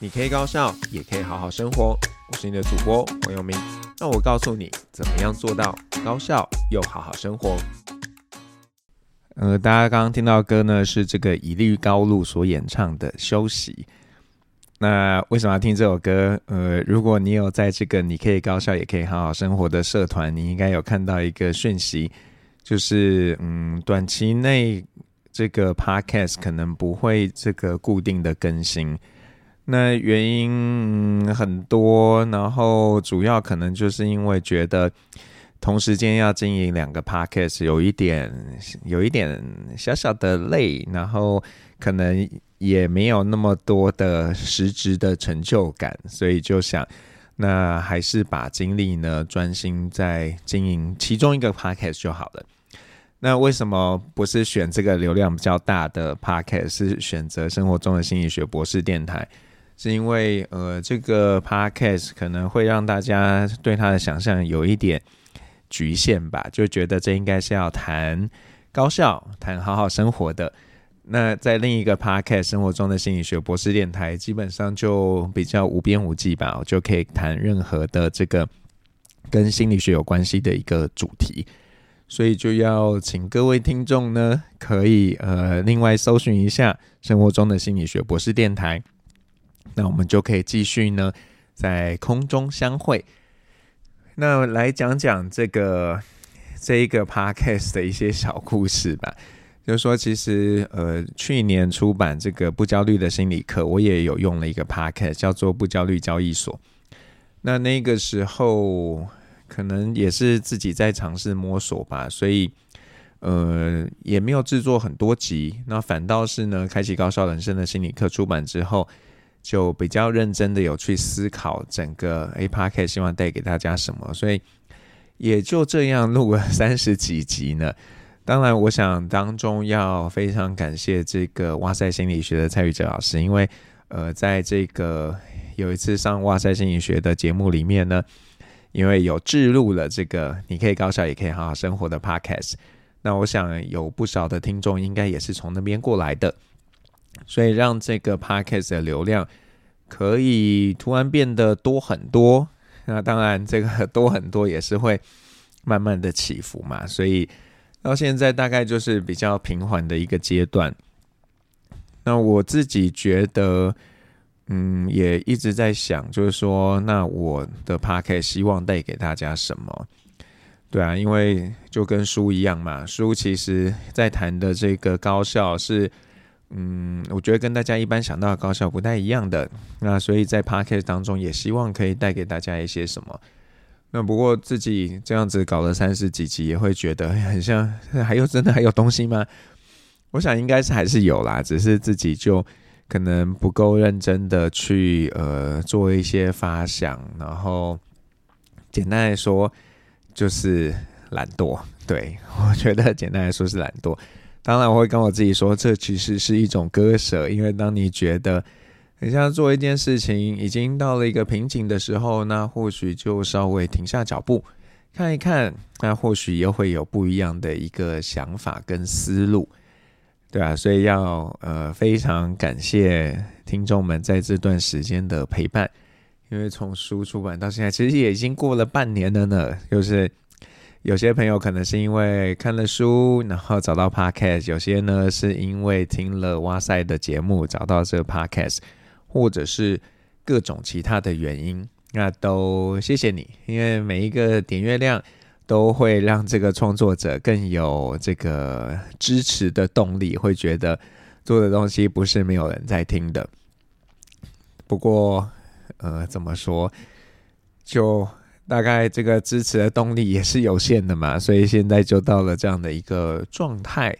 你可以高效，也可以好好生活。我是你的主播黄永明，让我告诉你怎么样做到高效又好好生活。大家刚刚听到的歌呢，是这个以律高露所演唱的《休息》。那为什么要听这首歌？如果你有在这个你可以高效也可以好好生活的社团，你应该有看到一个讯息，就是短期内这个 podcast 可能不会这个固定的更新。那原因很多，然后主要可能就是因为觉得同时间要经营2个 podcast 有一点小小的累，然后可能也没有那么多的实质的成就感，所以就想那还是把精力呢专心在经营其中一个 podcast 就好了。那为什么不是选这个流量比较大的 podcast， 是选择生活中的心理学博士电台？是因为这个 podcast 可能会让大家对它的想象有一点局限吧，就觉得这应该是要谈高效、谈好好生活的。那在另一个 podcast 生活中的心理学博士电台，基本上就比较无边无际吧，我就可以谈任何的这个跟心理学有关系的一个主题。所以就要请各位听众呢，可以另外搜寻一下生活中的心理学博士电台。那我们就可以继续呢，在空中相会。那来讲讲这一个 podcast 的一些小故事吧。就是说，其实去年出版这个不焦虑的心理课，我也有用了一个 podcast， 叫做不焦虑交易所。那个时候可能也是自己在尝试摸索吧，所以也没有制作很多集。那反倒是呢，开启高效人生的心理课出版之后，就比较认真的有去思考整个 podcast 希望带给大家什么，所以也就这样录了30几集呢。当然我想当中要非常感谢这个哇塞心理学的蔡宇哲老师，因为在这个有一次上哇塞心理学的节目里面呢，因为有置入了这个你可以高效也可以好好生活的 podcast， 那我想有不少的听众应该也是从那边过来的，所以让这个 podcast 的流量可以突然变得多很多。那当然这个多很多也是会慢慢的起伏嘛，所以到现在大概就是比较平缓的一个阶段。那我自己觉得也一直在想，就是说那我的 podcast 希望带给大家什么。对啊，因为就跟书一样嘛，书其实在谈的这个高效是我觉得跟大家一般想到的高效不太一样的。那所以在 podcast 当中也希望可以带给大家一些什么。那不过自己这样子搞了30几集，也会觉得很像真的还有东西吗？我想应该是还是有啦，只是自己就可能不够认真的去做一些发想，然后简单来说就是懒惰。对，我觉得简单来说是懒惰。当然我会跟我自己说，这其实是一种割舍，因为当你觉得很像做一件事情已经到了一个瓶颈的时候，那或许就稍微停下脚步看一看，那或许又会有不一样的一个想法跟思路。对啊，所以要非常感谢听众们在这段时间的陪伴，因为从书出版到现在其实也已经过了半年了呢。就是有些朋友可能是因为看了书然后找到 podcast， 有些呢是因为听了哇塞的节目找到这个 podcast， 或者是各种其他的原因，那都谢谢你，因为每一个点阅量都会让这个创作者更有这个支持的动力，会觉得做的东西不是没有人在听的。不过怎么说，就大概这个支持的动力也是有限的嘛，所以现在就到了这样的一个状态。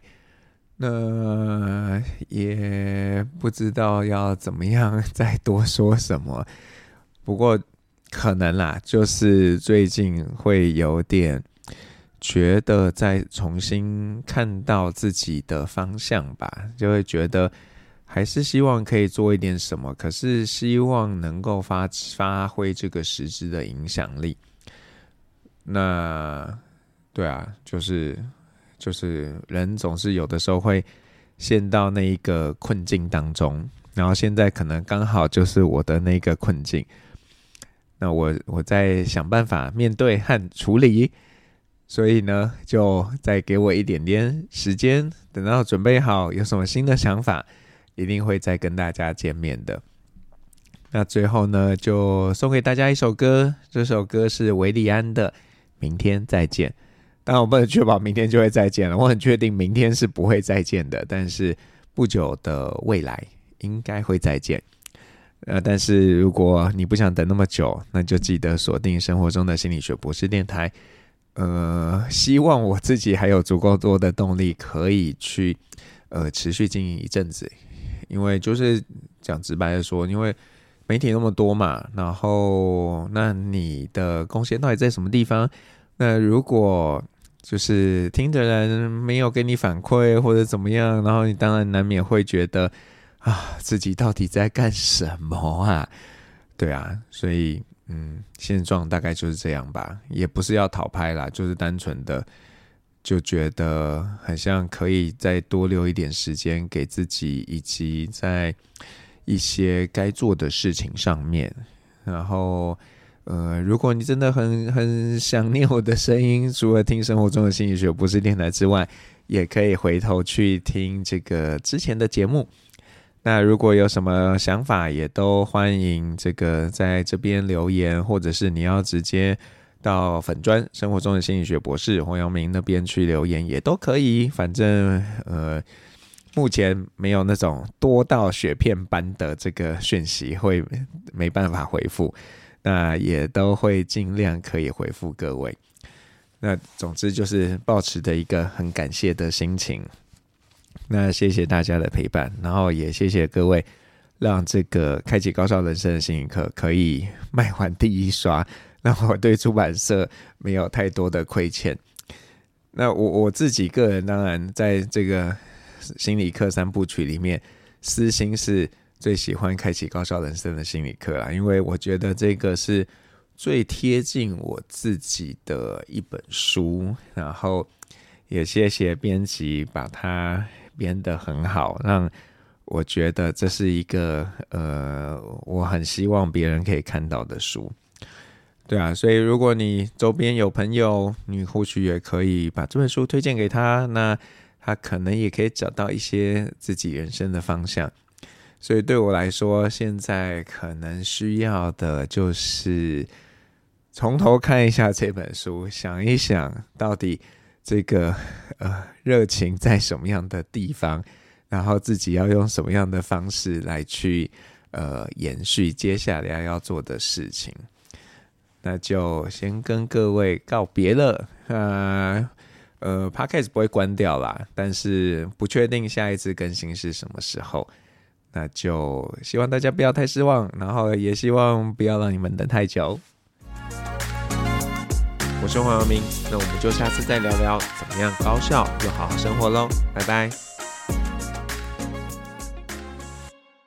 那也不知道要怎么样再多说什么，不过可能啦，就是最近会有点觉得再重新看到自己的方向吧，就会觉得还是希望可以做一点什么，可是希望能够发挥这个实质的影响力。那对啊，就是人总是有的时候会陷到那一个困境当中， 然后现在可能刚好就是我的那个困境，那我在想办法面对和处理，所以呢就再给我一点点时间，等到准备好有什么新的想法，一定会再跟大家见面的。那最后呢就送给大家一首歌，这首歌是韦礼安的《明天再见》。当然我不能确保明天就会再见了，我很确定明天是不会再见的，但是不久的未来应该会再见。但是如果你不想等那么久，那就记得锁定生活中的心理学博士电台。希望我自己还有足够多的动力可以去持续经营一阵子，因为就是讲直白的说，因为媒体那么多嘛，然后那你的贡献到底在什么地方？那如果就是听的人没有给你反馈或者怎么样，然后你当然难免会觉得自己到底在干什么啊？对啊，所以现状大概就是这样吧，也不是要讨拍啦，就是单纯的就觉得很像可以再多留一点时间给自己，以及在一些该做的事情上面。然后如果你真的很想念我的声音，除了听生活中的心理学博士电台之外，也可以回头去听这个之前的节目。那如果有什么想法，也都欢迎这个在这边留言，或者是你要直接到粉专生活中的心理学博士黄阳明那边去留言也都可以。反正目前没有那种多到雪片般的这个讯息会没办法回复，那也都会尽量可以回复各位。那总之就是抱持的一个很感谢的心情。那谢谢大家的陪伴，然后也谢谢各位让这个开启高效人生的心理课可以卖完第一刷，让我对出版社没有太多的亏欠。那我自己个人当然在这个心理课3部曲里面，私心是最喜欢开启高效人生的心理课啦，因为我觉得这个是最贴近我自己的一本书，然后也谢谢编辑把它编得很好，让我觉得这是一个我很希望别人可以看到的书。对啊，所以如果你周边有朋友，你或许也可以把这本书推荐给他，那他可能也可以找到一些自己人生的方向。所以对我来说，现在可能需要的就是从头看一下这本书，想一想到底这个热情在什么样的地方，然后自己要用什么样的方式来去延续接下来要做的事情。那就先跟各位告别了。Podcast 不会关掉啦，但是不确定下一次更新是什么时候。那就希望大家不要太失望，然后也希望不要让你们等太久。我是黄阳明，那我们就下次再聊聊怎么样高效又好好生活咯，拜拜。